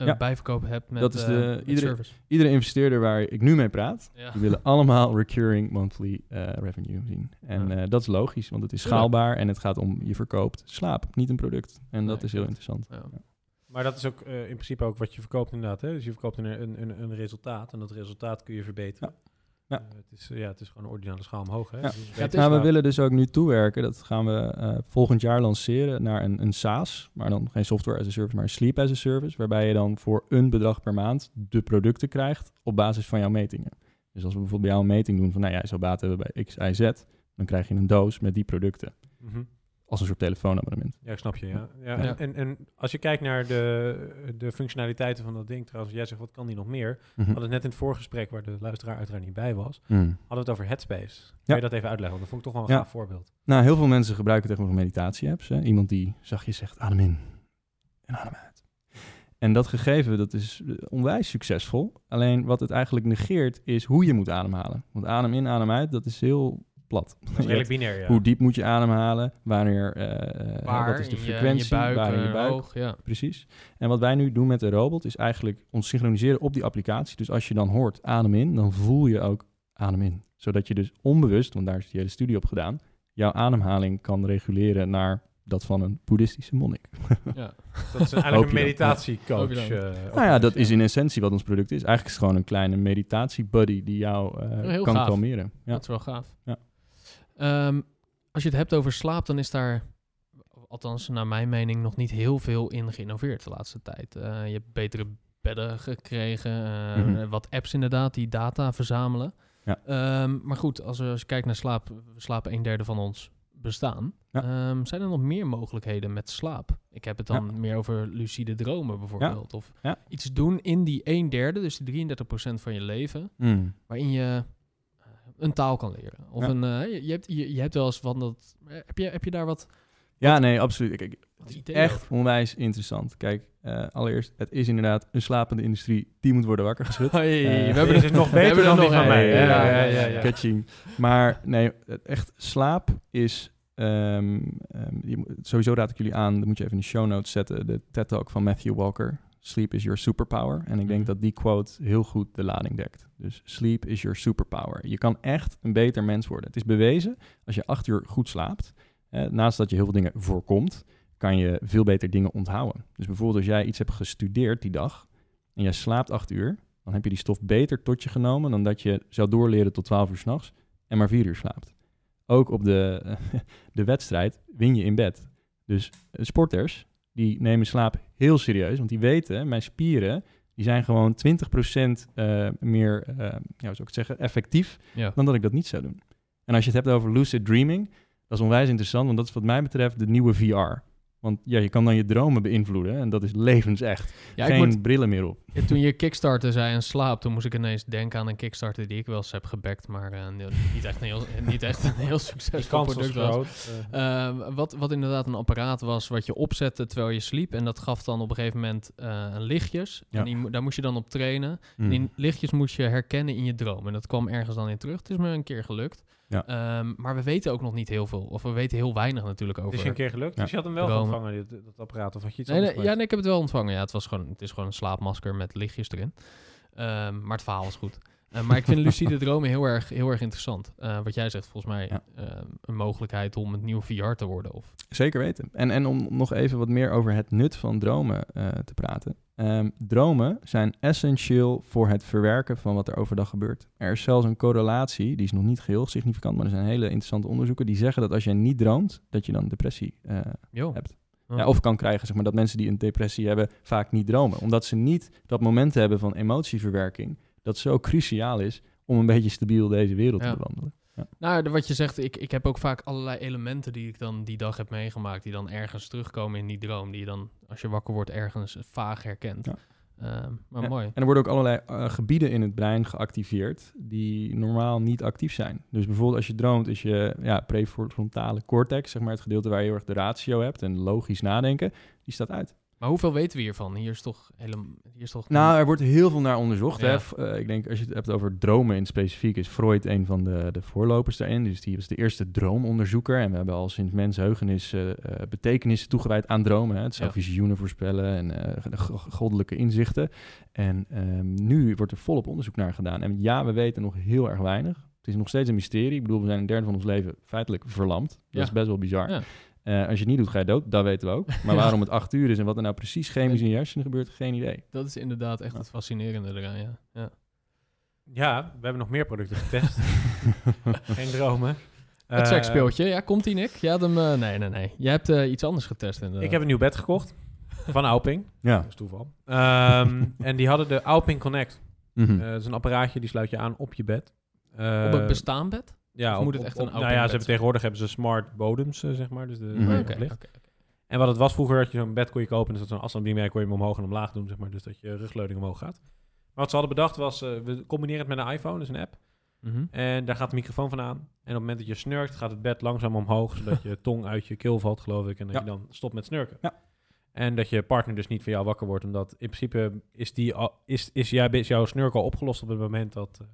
hebt met dat is service. Iedere investeerder waar ik nu mee praat, die willen allemaal recurring monthly revenue zien. En dat is logisch, want het is schaalbaar en het gaat om je verkoopt slaap, niet een product. En dat is heel interessant. Ja. Ja. Maar dat is ook in principe ook wat je verkoopt inderdaad. Hè? Dus je verkoopt een resultaat en dat resultaat kun je verbeteren. Ja. Het is gewoon een ordinale schaal omhoog. Hè? Ja. Dus we willen dus ook nu toewerken. Dat gaan we volgend jaar lanceren naar een SaaS. Maar dan geen software as a service, maar een sleep as a service. Waarbij je dan voor een bedrag per maand de producten krijgt op basis van jouw metingen. Dus als we bijvoorbeeld bij jou een meting doen van, jij zou baat hebben bij X, Y, Z. Dan krijg je een doos met die producten. Mm-hmm. Als een soort telefoonabonnement. Ja, ik snap je, ja. En als je kijkt naar de functionaliteiten van dat ding, trouwens, jij zegt, wat kan die nog meer? We hadden het net in het voorgesprek, waar de luisteraar uiteraard niet bij was, hadden we het over Headspace. Kan je dat even uitleggen? Want dat vond ik toch wel een gaaf voorbeeld. Nou, heel veel mensen gebruiken tegenwoordig meditatie-apps. Hè? Iemand die zachtjes zegt, adem in en adem uit. En dat gegeven, dat is onwijs succesvol. Alleen wat het eigenlijk negeert, is hoe je moet ademhalen. Want adem in, adem uit, dat is heel plat. Dat is redelijk binair, ja. Hoe diep moet je ademhalen? Wanneer, wat is de frequentie? In je buik, waar in je buik? Hoog, ja. Precies. En wat wij nu doen met de robot is eigenlijk ons synchroniseren op die applicatie. Dus als je dan hoort adem in, dan voel je ook adem in. Zodat je dus onbewust, want daar is die hele studie op gedaan, jouw ademhaling kan reguleren naar dat van een boeddhistische monnik. Ja. Dat is eigenlijk een meditatiecoach. Dat is in essentie wat ons product is. Eigenlijk is het gewoon een kleine meditatiebuddy die jou kan kalmeren. Ja. Dat is wel gaaf. Ja. Als je het hebt over slaap, dan is daar, althans naar mijn mening, nog niet heel veel in geïnnoveerd de laatste tijd. Je hebt betere bedden gekregen, wat apps inderdaad die data verzamelen. Ja. Maar goed, als je kijkt naar slaap, we slapen 1/3 van ons bestaan. Ja. Zijn er nog meer mogelijkheden met slaap? Ik heb het dan meer over lucide dromen bijvoorbeeld. Ja. Of iets doen in die 1/3, dus die 33% van je leven, waarin je een taal kan leren. Of je hebt wel eens van dat... Heb je daar wat... Ja, nee, absoluut. Kijk, het is echt onwijs interessant. Kijk, allereerst, het is inderdaad een slapende industrie. Die moet worden wakker geschud. We hebben er nog beter dan die van mij. Ja. Catching. Maar nee, echt slaap is... sowieso raad ik jullie aan, dat moet je even in de show notes zetten, de TED-talk van Matthew Walker. Sleep is your superpower. En ik denk dat die quote heel goed de lading dekt. Dus sleep is your superpower. Je kan echt een beter mens worden. Het is bewezen, als je 8 uur goed slaapt, naast dat je heel veel dingen voorkomt, kan je veel beter dingen onthouden. Dus bijvoorbeeld als jij iets hebt gestudeerd die dag en jij slaapt 8 uur, dan heb je die stof beter tot je genomen dan dat je zou doorleren tot 12 uur 's nachts en maar 4 uur slaapt. Ook op de wedstrijd win je in bed. Dus sporters, die nemen slaap heel serieus. Want die weten, mijn spieren, die zijn gewoon 20% meer, zou ik het zeggen, effectief dan dat ik dat niet zou doen. En als je het hebt over lucid dreaming, dat is onwijs interessant, want dat is wat mij betreft de nieuwe VR. Want je kan dan je dromen beïnvloeden en dat is levensecht. Geen brillen meer op. Toen je Kickstarter zei en slaap, toen moest ik ineens denken aan een Kickstarter die ik wel eens heb gebackt, maar niet echt een heel succesvol product was. Wat inderdaad een apparaat was wat je opzette terwijl je sliep en dat gaf dan op een gegeven moment lichtjes. Ja. En daar moest je dan op trainen. En die lichtjes moest je herkennen in je droom en dat kwam ergens dan in terug. Het is me een keer gelukt. Ja. Maar we weten ook nog niet heel veel. Of we weten heel weinig natuurlijk over. Het is je een keer gelukt. Ja. Dus je had hem wel Dromen. ontvangen, dat apparaat. Of had je iets Nee, anders nee, ik heb het wel ontvangen. Ja, het is gewoon een slaapmasker met lichtjes erin. Maar het verhaal was goed. Maar ik vind lucide dromen heel erg interessant. Wat jij zegt, volgens mij een mogelijkheid om een nieuw VR te worden. Of... Zeker weten. En om nog even wat meer over het nut van dromen te praten. Dromen zijn essentieel voor het verwerken van wat er overdag gebeurt. Er is zelfs een correlatie, die is nog niet geheel significant, maar er zijn hele interessante onderzoeken die zeggen dat als jij niet droomt, dat je dan depressie hebt. Oh. Ja, of kan krijgen, zeg maar, dat mensen die een depressie hebben vaak niet dromen. Omdat ze niet dat moment hebben van emotieverwerking, dat zo cruciaal is om een beetje stabiel deze wereld te bewandelen. Ja. Nou, wat je zegt, ik heb ook vaak allerlei elementen die ik dan die dag heb meegemaakt, die dan ergens terugkomen in die droom, die je dan, als je wakker wordt, ergens vaag herkent. Ja. Maar mooi. En er worden ook allerlei gebieden in het brein geactiveerd die normaal niet actief zijn. Dus bijvoorbeeld als je droomt, is je prefrontale cortex, zeg maar het gedeelte waar je heel erg de ratio hebt en logisch nadenken, die staat uit. Maar hoeveel weten we hiervan? Hier is toch... Nou, er wordt heel veel naar onderzocht. Ja. Hè? Ik denk, als je het hebt over dromen in specifiek, is Freud een van de voorlopers daarin. Dus die was de eerste droomonderzoeker. En we hebben al sinds mensheugenis betekenissen toegewijd aan dromen. Hè? Het zou visioenen voorspellen en goddelijke inzichten. En nu wordt er volop onderzoek naar gedaan. En ja, we weten nog heel erg weinig. Het is nog steeds een mysterie. Ik bedoel, we zijn een derde van ons leven feitelijk verlamd. Dat is best wel bizar. Ja. Als je het niet doet, ga je dood. Dat weten we ook. Maar waarom het 8 uur is en wat er nou precies chemisch in je hersenen gebeurt, geen idee. Dat is inderdaad echt het fascinerende eraan, Ja, we hebben nog meer producten getest. Geen dromen. Het seksspeeltje, ja, komt die, Nick? Je had hem... Nee. Jij hebt iets anders getest, inderdaad. Ik heb een nieuw bed gekocht. Van Auping. Ja. Dat is toeval. En die hadden de Auping Connect. Dat is een apparaatje, die sluit je aan op je bed. Op een bestaand bed? Ja, of moet het echt een nou ja, tegenwoordig hebben ze smart bodems, zeg maar. Dus waar je op ligt. Okay. En wat het was vroeger, had je zo'n bed kon je kopen. Dus dat zo'n afstandsbediening kon je hem omhoog en omlaag doen, zeg maar. Dus dat je rugleuning omhoog gaat. Maar wat ze hadden bedacht was, we combineren het met een iPhone, dus een app. En daar gaat de microfoon van aan. En op het moment dat je snurkt, gaat het bed langzaam omhoog, zodat je tong uit je keel valt, geloof ik. En dat je dan stopt met snurken. Ja. En dat je partner dus niet van jou wakker wordt. Omdat in principe is jouw snurken al opgelost op het moment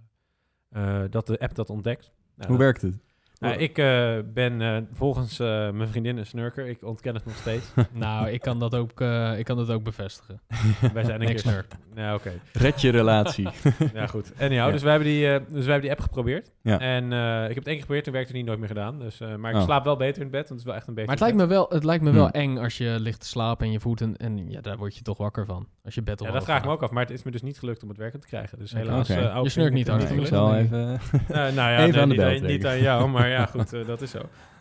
dat de app dat ontdekt. Nou, hoe werkt het? Nou, ik ben volgens mijn vriendin een snurker. Ik ontken het nog steeds. Nou, ik kan dat ook bevestigen. Wij zijn een snurk. Nou, oké. Red je relatie. Ja, goed. Anyhow, dus wij hebben die app geprobeerd. Ja. En ik heb het 1 keer geprobeerd, toen werkte het nooit meer gedaan. Dus, maar ik slaap wel beter in het bed, want het is wel echt een beetje... Maar het lijkt me wel eng als je ligt te slapen en je voet en daar word je toch wakker van. Als je bed omhoog dat vraag ik me ook af, maar het is me dus niet gelukt om het werkend te krijgen. Dus helaas... je snurkt niet hard. Ik zal even... nou ja, even aan de bel niet aan jou, maar ja, goed, dat is zo.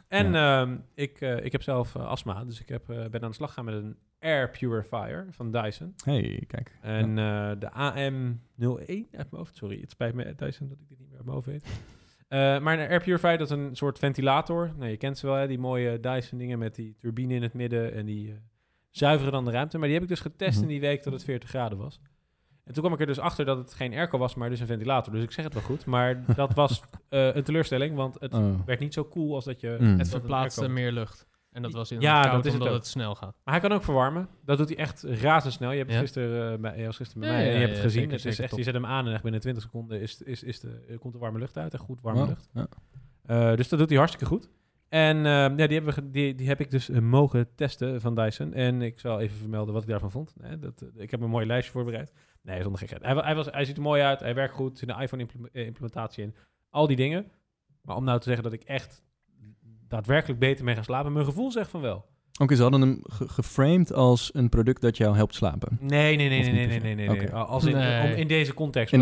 En ik heb zelf astma, dus ik ben aan de slag gegaan met een air purifier van Dyson. Hey, kijk. En de AM01 uit mijn hoofd. Sorry, het spijt me, Dyson, dat ik dit niet meer uit mijn hoofd weet. Maar een air purifier, dat is een soort ventilator. Nou, je kent ze wel, hè, die mooie Dyson dingen met die turbine in het midden. En die zuiveren dan de ruimte. Maar die heb ik dus getest in die week dat het 40 graden was. En toen kwam ik er dus achter dat het geen airco was, maar dus een ventilator. Dus ik zeg het wel goed. Maar dat was een teleurstelling, want het werd niet zo cool als dat je... Het verplaatste meer lucht. En dat was inderdaad koud, omdat het snel gaat. Maar hij kan ook verwarmen. Dat doet hij echt razendsnel. Je was gisteren bij mij en je hebt het gezien. Zeker, het is echt, je zet hem aan en echt binnen 20 seconden komt de warme lucht uit. Echt goed warme lucht. Ja. Dus dat doet hij hartstikke goed. En die heb ik dus mogen testen van Dyson. En ik zal even vermelden wat ik daarvan vond. Ik heb een mooi lijstje voorbereid. Nee, zonder gekheid. Hij ziet er mooi uit. Hij werkt goed. Er zit een iPhone-implementatie in. Al die dingen. Maar om nou te zeggen dat ik echt daadwerkelijk beter mee ga slapen, mijn gevoel zegt van wel. Oké, ze hadden hem geframed als een product dat jou helpt slapen. Nee. Okay. Als in deze context.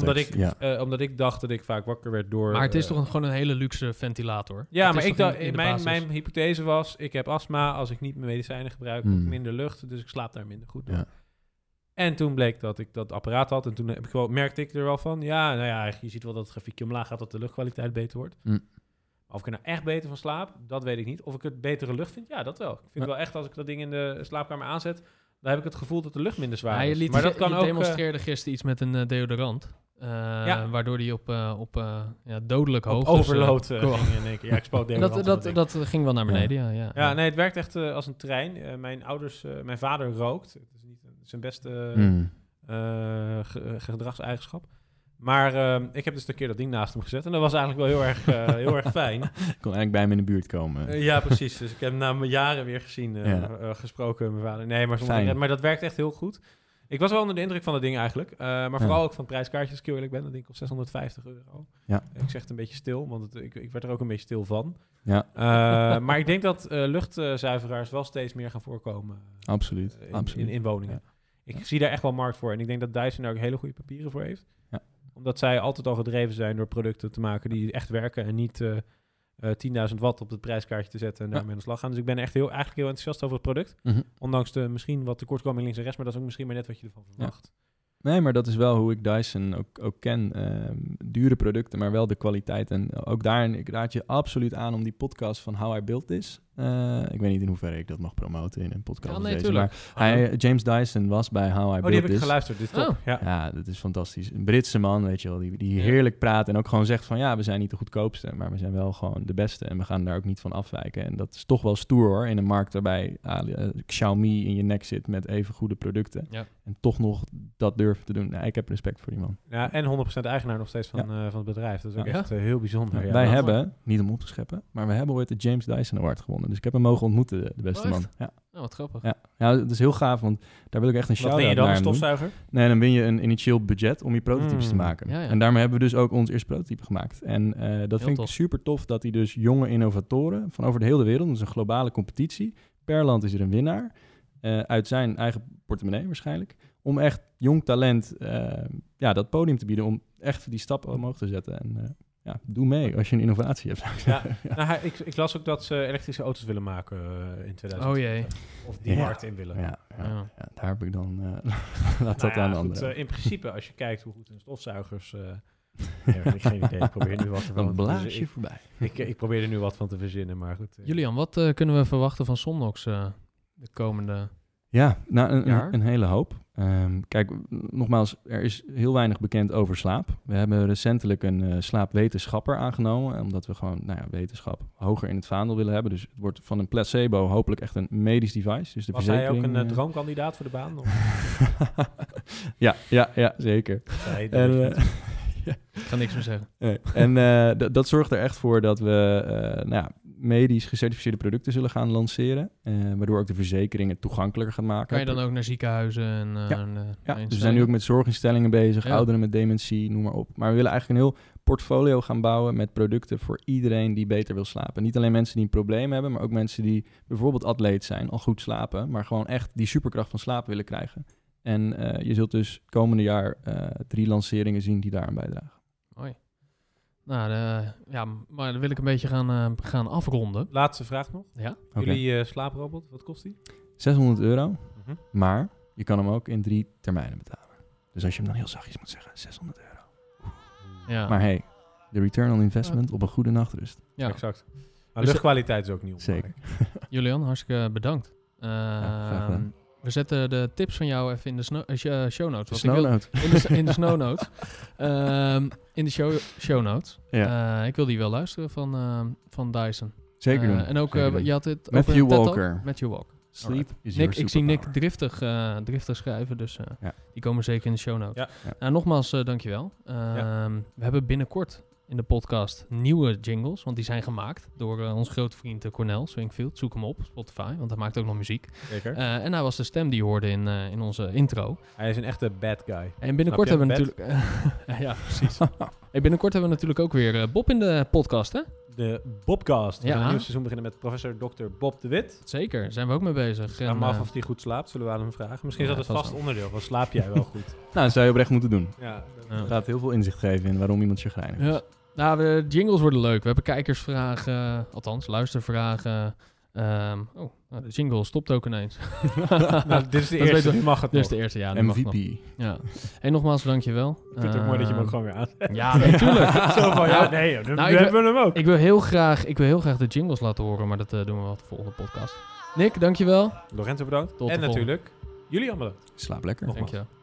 Omdat ik dacht dat ik vaak wakker werd door... Maar het is toch gewoon een hele luxe ventilator? Ja, maar ik dacht, mijn hypothese was, ik heb astma. Als ik niet mijn medicijnen gebruik, heb ik minder lucht. Dus ik slaap daar minder goed door. Ja. En toen bleek dat ik dat apparaat had. En toen merkte ik er wel van, je ziet wel dat het grafiekje omlaag gaat, dat de luchtkwaliteit beter wordt. Of ik er nou echt beter van slaap, dat weet ik niet. Of ik het betere lucht vind, ja, dat wel. Ik vind wel echt, als ik dat ding in de slaapkamer aanzet, dan heb ik het gevoel dat de lucht minder zwaar is. Maar dat kan ook... Je demonstreerde gisteren iets met een deodorant. Waardoor die op dodelijk hoog... Overload ging in één keer. Ja, ik spoot deodorant. Dat ging wel naar beneden, ja. Nee, het werkt echt als een trein. Mijn vader rookt. Het is niet zijn beste gedragseigenschap. Maar ik heb dus een keer dat ding naast hem gezet. En dat was eigenlijk wel heel erg fijn. Ik kon eigenlijk bij hem in de buurt komen. Ja, precies. Dus ik heb hem na mijn jaren weer gezien, gesproken met mijn vader. Nee, maar dat werkt echt heel goed. Ik was wel onder de indruk van dat ding eigenlijk. Maar vooral ook van het prijskaartje, als ik heel eerlijk ben. Dat ding kost €650. Ja. Ik zeg het een beetje stil, want ik werd er ook een beetje stil van. Ja. Maar ik denk dat luchtzuiveraars wel steeds meer gaan voorkomen. Absoluut. In woningen. Ja. Ik zie daar echt wel markt voor. En ik denk dat Dyson daar ook hele goede papieren voor heeft. Ja. Omdat zij altijd al gedreven zijn door producten te maken die echt werken. En niet 10.000 watt op het prijskaartje te zetten en daarmee aan de slag gaan. Dus ik ben echt eigenlijk heel enthousiast over het product. Mm-hmm. Ondanks de misschien wat tekortkoming links en rechts. Maar dat is ook misschien maar net wat je ervan verwacht. Ja. Nee, maar dat is wel hoe ik Dyson ook ken. Dure producten, maar wel de kwaliteit. En ook daarin, ik raad je absoluut aan om die podcast van How I Built This. Ik weet niet in hoeverre ik dat mag promoten in een podcast. Ja, nee, tuurlijk. Maar James Dyson was bij How I Built This. Die heb ik geluisterd, dit is top. Ja, dat is fantastisch. Een Britse man, weet je wel, die heerlijk praat en ook gewoon zegt van ja, we zijn niet de goedkoopste, maar we zijn wel gewoon de beste en we gaan daar ook niet van afwijken. En dat is toch wel stoer hoor, in een markt waarbij Xiaomi in je nek zit met even goede producten. Ja. En toch nog dat durven te doen. Nou, ik heb respect voor die man. Ja, en 100% eigenaar nog steeds van het bedrijf. Dat is ook echt heel bijzonder. Ja, wij hebben, niet om op te scheppen, maar we hebben ooit de James Dyson Award gewonnen. Dus ik heb hem mogen ontmoeten, de beste man. Ja. Oh, wat grappig. Ja, dat is heel gaaf, want daar wil ik echt een shout-out naar. Wat win je dan, een stofzuiger? Nee, dan win je een initieel budget om je prototypes te maken. Ja. En daarmee hebben we dus ook ons eerste prototype gemaakt. En dat vind ik super tof, dat hij dus jonge innovatoren van over de hele wereld, dat is een globale competitie, per land is er een winnaar, uit zijn eigen portemonnee waarschijnlijk, om echt jong talent dat podium te bieden, om echt die stap omhoog te zetten. En doe mee als je een innovatie hebt. Nou, ik las ook dat ze elektrische auto's willen maken in 2020. Oh jee. Of die markt in willen. Ja, daar heb ik dan... laat dat aan de andere. In principe, als je kijkt hoe goed een stofzuigers... ik heb geen idee, ik probeer nu wat van een blaasje voorbij. Ik probeer er nu wat van te verzinnen, maar goed. Julian, wat kunnen we verwachten van Somnox de komende... Ja, nou een hele hoop. Kijk, nogmaals, er is heel weinig bekend over slaap. We hebben recentelijk een slaapwetenschapper aangenomen, omdat we gewoon wetenschap hoger in het vaandel willen hebben. Dus het wordt van een placebo hopelijk echt een medisch device. Dus de Was hij ook een droomkandidaat voor de baan? Ja, zeker. Ik ga niks meer zeggen. Nee. En dat zorgt er echt voor dat we medisch gecertificeerde producten zullen gaan lanceren. Waardoor ook de verzekering het toegankelijker gaat maken. Kan je dan ook naar ziekenhuizen? Dus we zijn nu ook met zorginstellingen bezig. Ouderen met dementie, noem maar op. Maar we willen eigenlijk een heel portfolio gaan bouwen met producten voor iedereen die beter wil slapen. Niet alleen mensen die een probleem hebben, maar ook mensen die bijvoorbeeld atleet zijn, al goed slapen, maar gewoon echt die superkracht van slaap willen krijgen. En je zult dus komende jaar 3 lanceringen zien die daaraan bijdragen. Mooi. Nou, maar dan wil ik een beetje gaan afronden. Laatste vraag nog. Ja? Jullie slaaprobot, wat kost die? €600, maar je kan hem ook in 3 termijnen betalen. Dus als je hem dan heel zachtjes moet zeggen, €600. Ja. Maar hey, de return on investment op een goede nachtrust. Ja, exact. Maar luchtkwaliteit is ook niet op. Zeker. Julian, hartstikke bedankt. We zetten de tips van jou even in de show notes. In de snow notes. In de show notes. Ja. Ik wil die wel luisteren van Dyson. Zeker doen. En ook, je had het Matthew Walker. Matthew Walker. Sleep is Nick, ik zie Nick driftig schrijven, dus die komen zeker in de show notes. Ja. Nou, nogmaals, dankjewel. We hebben binnenkort in de podcast nieuwe jingles, want die zijn gemaakt door onze grote vriend Cornel Swingfield. Zoek hem op, Spotify, want hij maakt ook nog muziek. Zeker. En hij was de stem die je hoorde in onze intro. Hij is een echte bad guy. En binnenkort hebben we natuurlijk... ja, precies. Binnenkort hebben we natuurlijk ook weer Bob in de podcast, hè? De Bobcast. We gaan een nieuw seizoen beginnen met professor Dr. Bob de Wit. Zeker, daar zijn we ook mee bezig. Vraag me af of hij goed slaapt, zullen we aan hem vragen. Misschien is dat het vast onderdeel van slaap jij wel goed? Nou, dat zou je oprecht moeten doen. Ja, dat gaat heel veel inzicht geven in waarom iemand chagrijnig is. Ja. Nou, de jingles worden leuk. We hebben kijkersvragen, althans luistervragen. De jingle stopt ook ineens. Dit is de eerste, nu mag het Dit is de eerste, ja. MVP. Ja. En nogmaals, dankjewel. Ik vind het ook mooi dat je hem ook gewoon weer aanzet. Ja, natuurlijk. Zo van, nu hebben we hem ook. Ik wil heel graag de jingles laten horen, maar dat doen we wel de volgende podcast. Nick, dankjewel. Lorenzo bedankt. En natuurlijk, jullie allemaal bedankt. Slaap lekker. Dankjewel.